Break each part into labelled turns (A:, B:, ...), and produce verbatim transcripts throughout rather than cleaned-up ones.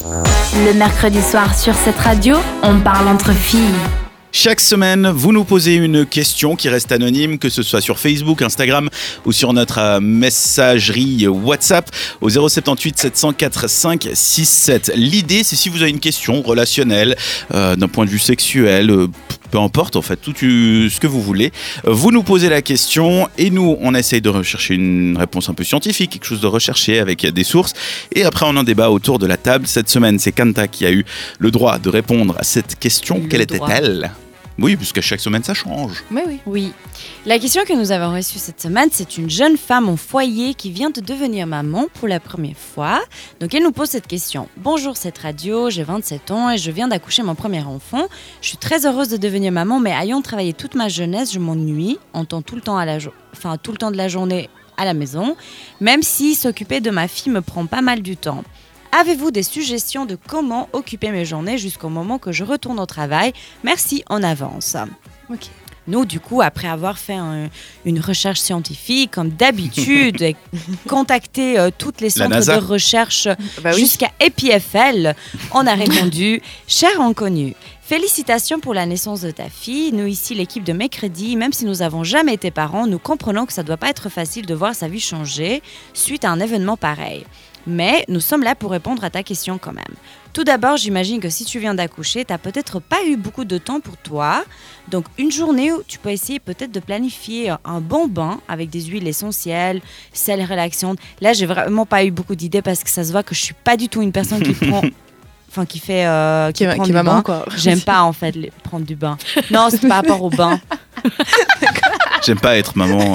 A: Le mercredi soir sur cette radio, on parle entre filles.
B: Chaque semaine, vous nous posez une question qui reste anonyme, que ce soit sur Facebook, Instagram ou sur notre euh, messagerie WhatsApp au zéro sept huit sept zéro quatre cinq six sept. L'idée, c'est si vous avez une question relationnelle, euh, d'un point de vue sexuel, euh, peu importe en fait, tout euh, ce que vous voulez, euh, vous nous posez la question et nous, on essaye de rechercher une réponse un peu scientifique, quelque chose de recherché avec des sources et après on en débat autour de la table. Cette semaine, c'est Kanta qui a eu le droit de répondre à cette question.
C: Le
B: Quelle
C: droit.
B: était-elle ? Oui, puisqu'à chaque semaine, ça change.
C: Oui, oui. Oui. La question que nous avons reçue cette semaine, c'est une jeune femme au foyer qui vient de devenir maman pour la première fois. Donc, elle nous pose cette question. Bonjour, cette radio, j'ai vingt-sept ans et je viens d'accoucher mon premier enfant. Je suis très heureuse de devenir maman, mais ayant travaillé toute ma jeunesse, je m'ennuie, en temps tout le temps à la jo- enfin, tout le temps de la journée à la maison, même si s'occuper de ma fille me prend pas mal du temps. Avez-vous des suggestions de comment occuper mes journées jusqu'au moment que je retourne au travail ? Merci en avance.
D: Ok.
C: Nous, du coup, après avoir fait un- une recherche scientifique, comme d'habitude, et contacté euh, toutes les
B: La
C: centres
B: NASA.
C: de recherche
D: Bah oui.
C: jusqu'à E P F L, on a répondu « Cher inconnu, félicitations pour la naissance de ta fille. Nous, ici, l'équipe de Mercredi, même si nous n'avons jamais été parents, nous comprenons que ça ne doit pas être facile de voir sa vie changer suite à un événement pareil. Mais nous sommes là pour répondre à ta question quand même. Tout d'abord, j'imagine que si tu viens d'accoucher, tu n'as peut-être pas eu beaucoup de temps pour toi. Donc, une journée où tu peux essayer peut-être de planifier un bon bain avec des huiles essentielles, sel relaxantes. Là, j'ai vraiment pas eu beaucoup d'idées parce que ça se voit que je suis pas du tout une personne qui prend... Enfin, qui fait... euh, qui
D: Qui,
C: prend
D: qui
C: du
D: maman,
C: bain.
D: quoi.
C: J'aime pas, en fait, les- prendre du bain. Non, c'est par rapport au bain.
B: J'aime pas être maman. euh.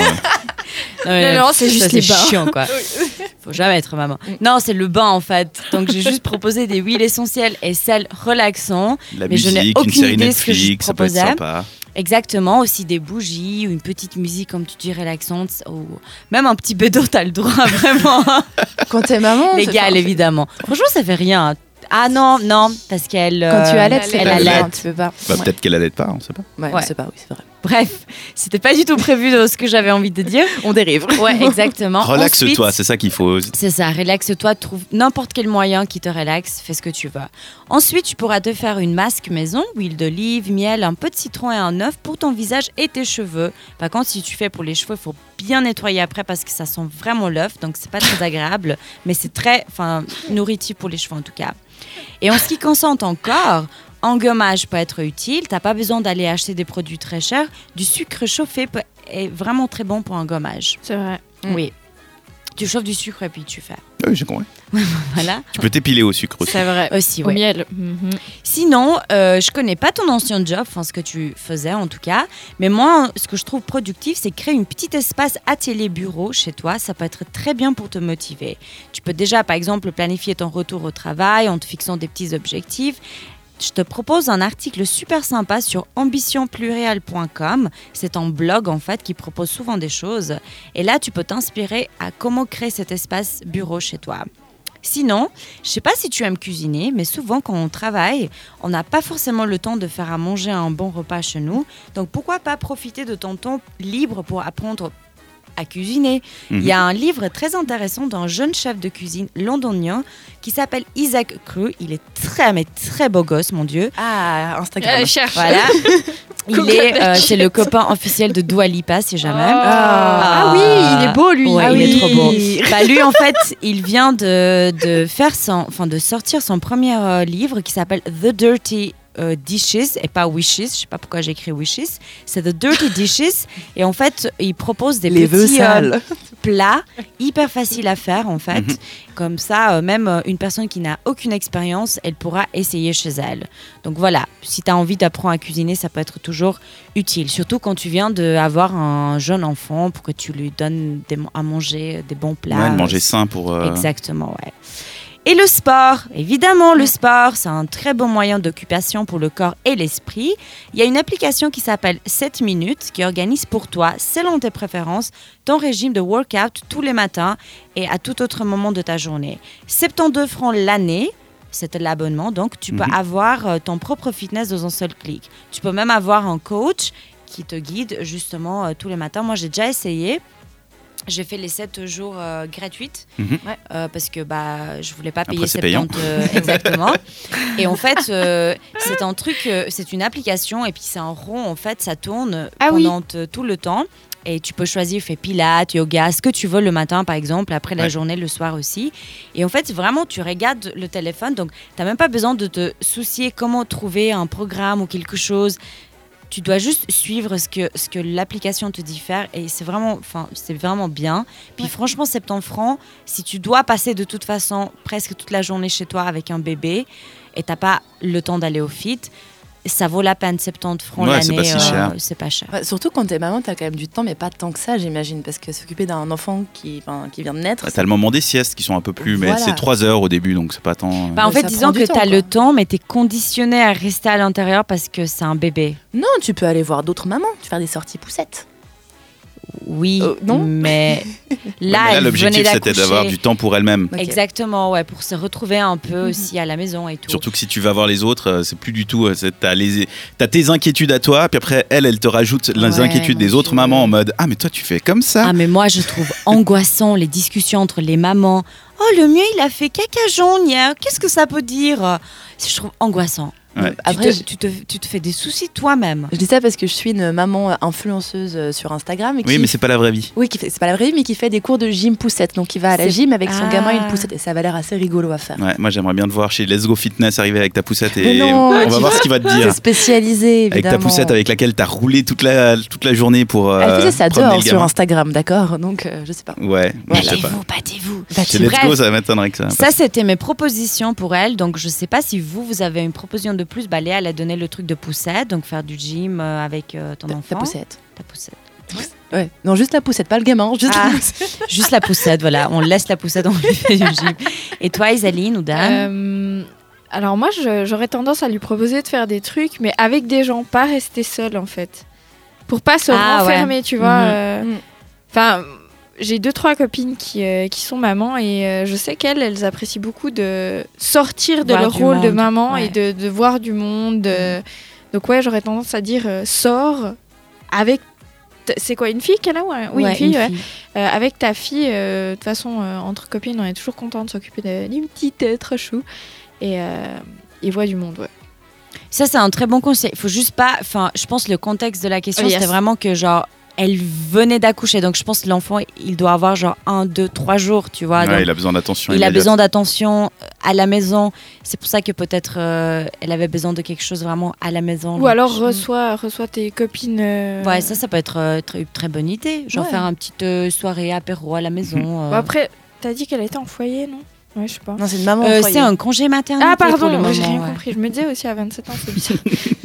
C: Non,
D: non, c'est juste les bains.
C: chiant, quoi. Faut jamais être maman. Non, c'est le bain, en fait. Donc, j'ai juste proposé des huiles essentielles et sels relaxants.
B: La
C: Mais je n'ai
B: musique, une
C: aucune
B: série
C: idée de ce que je
B: Netflix, ça peut être
C: proposais.
B: sympa.
C: Exactement, aussi des bougies ou une petite musique, comme tu dis, relaxante. Ou même un petit bédo, t'as le droit, vraiment.
D: Quand t'es maman, c'est
C: Légal,
D: pas-
C: évidemment. Franchement, ça fait rien. Ah non, non, parce qu'elle...
D: Quand tu
C: euh,
D: allaites, c'est
C: elle
D: pas
B: allait.
D: bien, tu peux pas.
B: Bah,
D: Ouais.
B: peut-être qu'elle allait pas, on sait pas.
D: Ouais,
C: Ouais.
D: on sait pas, oui, c'est vrai.
C: Bref, c'était pas du tout prévu de ce que j'avais envie de dire.
D: On dérive.
C: Ouais, exactement.
B: Relaxe-toi,
C: Ensuite,
B: c'est ça qu'il faut.
C: c'est ça, relaxe-toi, trouve n'importe quel moyen qui te relaxe, fais ce que tu veux. Ensuite, tu pourras te faire une masque maison, huile d'olive, miel, un peu de citron et un œuf pour ton visage et tes cheveux. Par contre, si tu fais pour les cheveux, il faut bien nettoyer après parce que ça sent vraiment l'œuf, donc c'est pas très agréable, mais c'est très enfin, nourritif pour les cheveux en tout cas. Et en ce qui concerne ton corps, un gommage peut être utile, t'as pas besoin d'aller acheter des produits très chers. Du sucre chauffé peut- est vraiment très bon pour un gommage.
D: C'est vrai.
C: Mm. Oui. Tu chauffes du sucre et puis tu fais.
B: Oui, j'ai compris.
C: Voilà.
B: Tu peux t'épiler au sucre aussi.
D: C'est vrai.
C: Aussi,
D: Au
C: ouais.
D: miel. Mhm.
C: Sinon, euh, je connais pas ton ancien job, enfin ce que tu faisais en tout cas, mais moi, ce que je trouve productif, c'est créer une petite espace atelier-bureau chez toi. Ça peut être très bien pour te motiver. Tu peux déjà, par exemple, planifier ton retour au travail en te fixant des petits objectifs. Je te propose un article super sympa sur ambition plurielle point com. C'est un blog en fait qui propose souvent des choses. Et là, tu peux t'inspirer à comment créer cet espace bureau chez toi. Sinon, je sais pas si tu aimes cuisiner, mais souvent quand on travaille, on n'a pas forcément le temps de faire à manger un bon repas chez nous. Donc pourquoi pas profiter de ton temps libre pour apprendre à cuisiner.
B: Mhm.
C: Il y a un livre très intéressant d'un jeune chef de cuisine londonien qui s'appelle Isaac Crew. Il est très, mais très beau gosse, mon Dieu.
D: Ah, Instagram.
E: cherche.
C: Voilà. Il est, euh, c'est le copain officiel de Dua Lipa, si jamais.
D: Ah,
C: Ah.
D: oui, il est beau lui.
C: Ouais,
D: Ah
C: il
D: oui.
C: est trop beau. Bah, lui, en fait, il vient de, de faire son, enfin, de sortir son premier euh, livre qui s'appelle The Dirty euh, Dishes et pas Wishes. Je sais pas pourquoi j'ai écrit Wishes. C'est The Dirty Dishes et en fait, il propose des
D: Les vœux
C: petits euh,
D: sales.
C: plats hyper faciles à faire en fait.
B: Mhm.
C: Comme ça, euh, même euh, une personne qui n'a aucune expérience, elle pourra essayer chez elle. Donc voilà, si tu as envie d'apprendre à cuisiner, ça peut être toujours utile. Surtout quand tu viens d'avoir un jeune enfant pour que tu lui donnes des, à manger des bons plats.
B: Ouais, de manger sain pour. euh,
C: Exactement, ouais. Et le sport, évidemment, le sport, c'est un très bon moyen d'occupation pour le corps et l'esprit. Il y a une application qui s'appelle sept minutes qui organise pour toi, selon tes préférences, ton régime de workout tous les matins et à tout autre moment de ta journée. soixante-douze francs l'année. C'est l'abonnement, donc tu peux
B: Mhm.
C: avoir euh, ton propre fitness dans un seul clic. Tu peux même avoir un coach qui te guide justement euh, tous les matins. Moi, j'ai déjà essayé. j'ai fait les sept jours euh, gratuites
B: Mhm.
C: ouais, euh, parce que bah, je voulais pas payer
B: Après, c'est payant.
C: soixante-dix euh, exactement. Et en fait, euh, c'est un truc, euh, c'est une application et puis c'est un rond, en fait, ça tourne
E: Ah oui.
C: pendant t- tout le temps. Et tu peux choisir, fais pilates, yoga, ce que tu veux le matin par exemple, après la
B: Ouais.
C: journée, le soir aussi. Et en fait, vraiment, tu regardes le téléphone, donc tu n'as même pas besoin de te soucier comment trouver un programme ou quelque chose. Tu dois juste suivre ce que, ce que l'application te dit faire et c'est vraiment, enfin, c'est vraiment bien. Puis
D: Ouais.
C: franchement, soixante-dix francs, si tu dois passer de toute façon presque toute la journée chez toi avec un bébé et tu n'as pas le temps d'aller au fit, ça vaut la peine, soixante-dix francs
B: Ouais, c'est
C: l'année,
B: pas si cher.
C: c'est pas cher.
D: Ouais, surtout quand t'es maman, t'as quand même du temps, mais pas tant que ça, j'imagine, parce que s'occuper d'un enfant qui, enfin, qui vient de naître.
B: Ouais, T'as le moment des siestes qui sont un peu plus, mais
D: Voilà.
B: c'est trois heures au début, donc c'est pas tant.
C: Bah, en
D: Mais
C: fait,
D: ça
C: disons
D: prend
C: que
D: du
C: tu
D: temps,
C: as
D: quoi.
C: le temps, mais tu es conditionné à rester à l'intérieur parce que c'est un bébé.
D: Non, tu peux aller voir d'autres mamans, tu faire des sorties poussettes.
C: Oui,
D: Euh, non
C: mais
B: Ouais,
C: là,
B: mais là,
C: elle
B: l'objectif
C: venait
B: c'était d'avoir
C: d'accoucher.
B: du temps pour elle-même.
D: Ok.
C: Exactement, ouais, pour se retrouver un peu
D: Mhm.
C: aussi à la maison et tout.
B: Surtout que si tu vas voir les autres, euh, c'est plus du tout. euh, c'est- T'as, les, t'as tes inquiétudes à toi, puis après, elle, elle te rajoute les
D: Ouais,
B: inquiétudes des
D: mon
B: autres
D: Dieu.
B: mamans en mode ah, mais toi, tu fais comme ça.
C: Ah, mais moi, je trouve angoissant les discussions entre les mamans. Oh, le mien, il a fait caca jaune hier. Qu'est-ce que ça peut dire? Je trouve angoissant.
B: Ouais.
D: Après,
C: tu, te, tu, te, tu te fais des soucis toi-même.
D: je dis ça parce que je suis une maman influenceuse euh, sur Instagram. Et qui...
B: Oui, mais c'est pas la vraie vie.
D: Oui, qui fait... c'est pas la vraie vie, mais qui fait des cours de gym poussette. Donc, il va à la
C: C'est-
D: gym avec son
C: Ah.
D: gamin et une poussette. Et ça va l'air assez rigolo à faire.
B: Ouais, moi, j'aimerais bien te voir chez Let's Go Fitness arriver avec ta poussette
D: Mais
B: et
D: non,
B: on va
D: tu-
B: voir ce qu'il va te
D: C'est
B: dire.
D: spécialisé,
B: Avec
D: évidemment.
B: ta poussette avec laquelle t'as roulé toute la, toute la journée pour. Euh,
D: Elle faisait ça
B: promener
D: dehors
B: le
D: sur
B: gamin.
D: Instagram, d'accord. Donc, euh, je sais pas.
B: Ouais,
D: Voilà.
B: je sais pas.
C: Battez-vous, battez-vous.
B: Chez Let's
C: Bref.
B: Go, ça m'étonnerait que ça.
C: Ça, c'était mes propositions pour elle. Donc, je sais pas si vous, vous avez une proposition de plus. Bah, Léa, elle a donné le truc de poussette, donc faire du gym euh, avec euh, ton
D: Ta-
C: enfant.
D: Ta poussette.
C: Ta poussette.
D: Ouais. Non, juste la poussette, pas le gamin. Juste
C: Ah.
D: la poussette.
C: Juste la poussette, voilà. On laisse la poussette, on lui fait du gym. Et toi, Isaline ou Dan?
E: Euh, alors moi, je- j'aurais tendance à lui proposer de faire des trucs, mais avec des gens, pas rester seule en fait. Pour pas se
C: Ah,
E: renfermer, tu vois.
C: Mhm.
E: euh,
D: Mhm.
E: Enfin, j'ai deux, trois copines qui, euh, qui sont mamans et euh, je sais qu'elles, elles apprécient beaucoup de sortir de
C: Voir
E: leur
C: du
E: rôle de
C: monde,
E: maman
C: ouais.
E: et de, de voir du monde. euh. Donc ouais, j'aurais tendance à dire euh, sors avec... t- C'est quoi, une fille qu'elle a ou un- Oui,
C: Ouais,
E: une fille,
C: une
E: ouais.
C: fille.
E: Euh, avec ta fille, euh, de toute façon, euh, entre copines, on est toujours content de s'occuper de- d'une petite euh, trop chou. Et euh, ils voient du monde, ouais.
C: Ça, c'est un très bon conseil. Il faut juste pas. Enfin, je pense le contexte de la question,
E: Oh, yes.
C: c'était vraiment que, genre, elle venait d'accoucher. Donc, je pense que l'enfant, il doit avoir, genre, un, deux, trois jours, tu vois.
B: Ouais,
C: Donc,
B: il a besoin d'attention.
C: il a
B: immédiate.
C: besoin d'attention à la maison. C'est pour ça que peut-être euh, elle avait besoin de quelque chose vraiment à la maison.
E: Ou
C: genre,
E: alors
C: je-
E: reçois, reçois tes copines. euh,
C: Ouais, ça, ça peut être euh, très, très bonne idée. Genre
E: Ouais.
C: faire une petite euh, soirée apéro à la maison. euh.
E: Bon, après, t'as dit qu'elle était en foyer, non? Ouais, je sais pas.
D: Non, c'est une maman.
C: Euh,
D: au foyer.
C: c'est un congé maternité.
E: Ah,
C: pour le
E: pardon,
C: moment,
E: j'ai rien
C: ouais.
E: compris. Je me disais aussi à vingt-sept ans, c'est bizarre.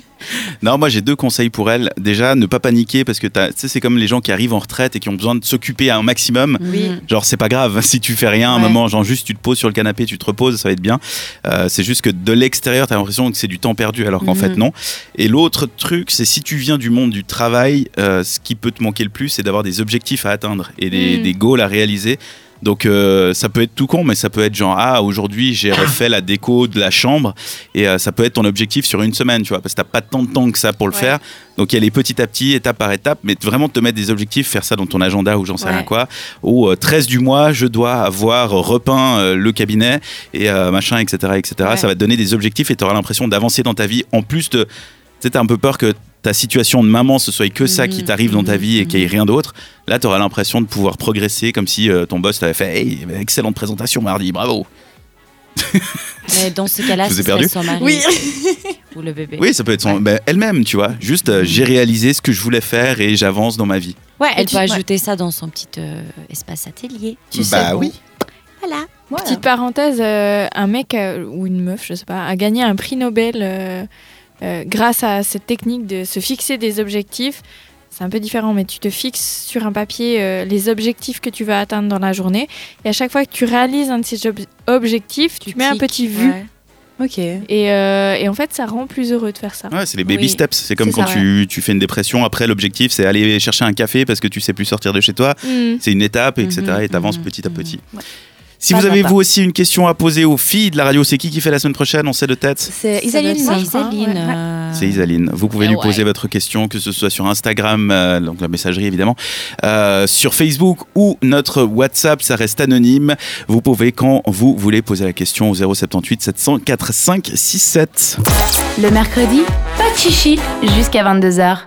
B: Non, moi j'ai deux conseils pour elle. Déjà, ne pas paniquer parce que t'as- tu sais, c'est comme les gens qui arrivent en retraite et qui ont besoin de s'occuper à un maximum.
C: Oui.
B: Genre, c'est pas grave si tu fais rien à un
C: Ouais.
B: moment, genre juste tu te poses sur le canapé, tu te reposes, ça va être bien. Euh, c'est juste que de l'extérieur, t'as l'impression que c'est du temps perdu alors qu'en
C: Mhm.
B: fait, non. Et l'autre truc, c'est si tu viens du monde du travail, euh, ce qui peut te manquer le plus, c'est d'avoir des objectifs à atteindre et des,
E: Mhm.
B: des goals à réaliser. Donc euh, ça peut être tout con, mais ça peut être genre ah aujourd'hui j'ai refait la déco de la chambre et euh, ça peut être ton objectif sur une semaine, tu vois, parce que t'as pas tant de temps que ça pour le
E: Ouais.
B: faire. Donc y aller petit à petit, étape par étape, mais vraiment te mettre des objectifs, faire ça dans ton agenda ou j'en sais
C: Ouais.
B: rien quoi. Au euh, treize du mois, je dois avoir repeint euh, le cabinet et euh, machin, et cetera, et cetera.
C: Ouais.
B: Ça va te donner des objectifs et t'auras l'impression d'avancer dans ta vie. En plus de, tu sais, t'as un peu peur que ta situation de maman, ce soit que ça qui
C: Mhm,
B: t'arrive dans ta
C: mhm,
B: vie et qu'il n'y ait
C: mhm.
B: rien d'autre. Là, tu auras l'impression de pouvoir progresser comme si euh, ton boss t'avait fait hey, excellente présentation mardi, bravo.
C: Mais dans ce cas-là,
B: Je vous ai
C: ce serait
B: perdu
C: son mari
D: Oui.
C: ou le bébé.
B: Oui, ça peut être son, ben, elle-même, tu vois. Juste, euh,
C: Mhm.
B: j'ai réalisé ce que je voulais faire et j'avance dans ma vie.
C: Ouais, elle
D: tu-
C: peut
D: ouais.
C: ajouter ça dans son petit euh, espace atelier. Tu
B: Bah
C: sais.
B: oui.
C: Voilà.
D: Voilà.
E: Petite parenthèse, euh, un mec euh, ou une meuf, je sais pas, a gagné un prix Nobel euh, euh, grâce à cette technique de se fixer des objectifs. C'est un peu différent, mais tu te fixes sur un papier euh, les objectifs que tu vas atteindre dans la journée. Et à chaque fois que tu réalises un de ces ob- objectifs, tu, mets un
C: cliques,
E: petit vu.
C: ouais.
D: Ok.
E: Et, euh, et en fait, ça rend plus heureux de faire ça.
B: Ouais, c'est les baby
C: Oui.
B: steps. C'est comme
D: C'est
B: quand
D: ça,
B: tu, tu fais une dépression. Après, l'objectif, c'est aller chercher un café parce que tu sais plus sortir de chez toi.
E: Mm.
B: C'est une étape, et cetera.
C: Mhm,
B: et t'avances
C: mhm,
B: petit à
C: mhm.
B: petit.
D: Ouais.
B: Si
D: Pas
B: vous
D: à
B: avez
D: pas.
B: vous aussi une question à poser aux filles de la radio, c'est qui qui fait la semaine prochaine? On sait de tête.
D: C'est
E: Ça
D: Isaline,
E: doit être
D: moi,
C: C'est
D: je crois,
C: Isaline.
D: ouais.
C: euh,
B: C'est Isaline. Vous pouvez
C: Ah
B: lui
C: ouais.
B: poser votre question, que ce soit sur Instagram, euh, donc la messagerie évidemment, euh, sur Facebook ou notre WhatsApp, ça reste anonyme. Vous pouvez, quand vous voulez, poser la question au zéro soixante-dix-huit sept cents quatre cinq six sept.
A: Le mercredi, pas de chichi jusqu'à vingt-deux heures.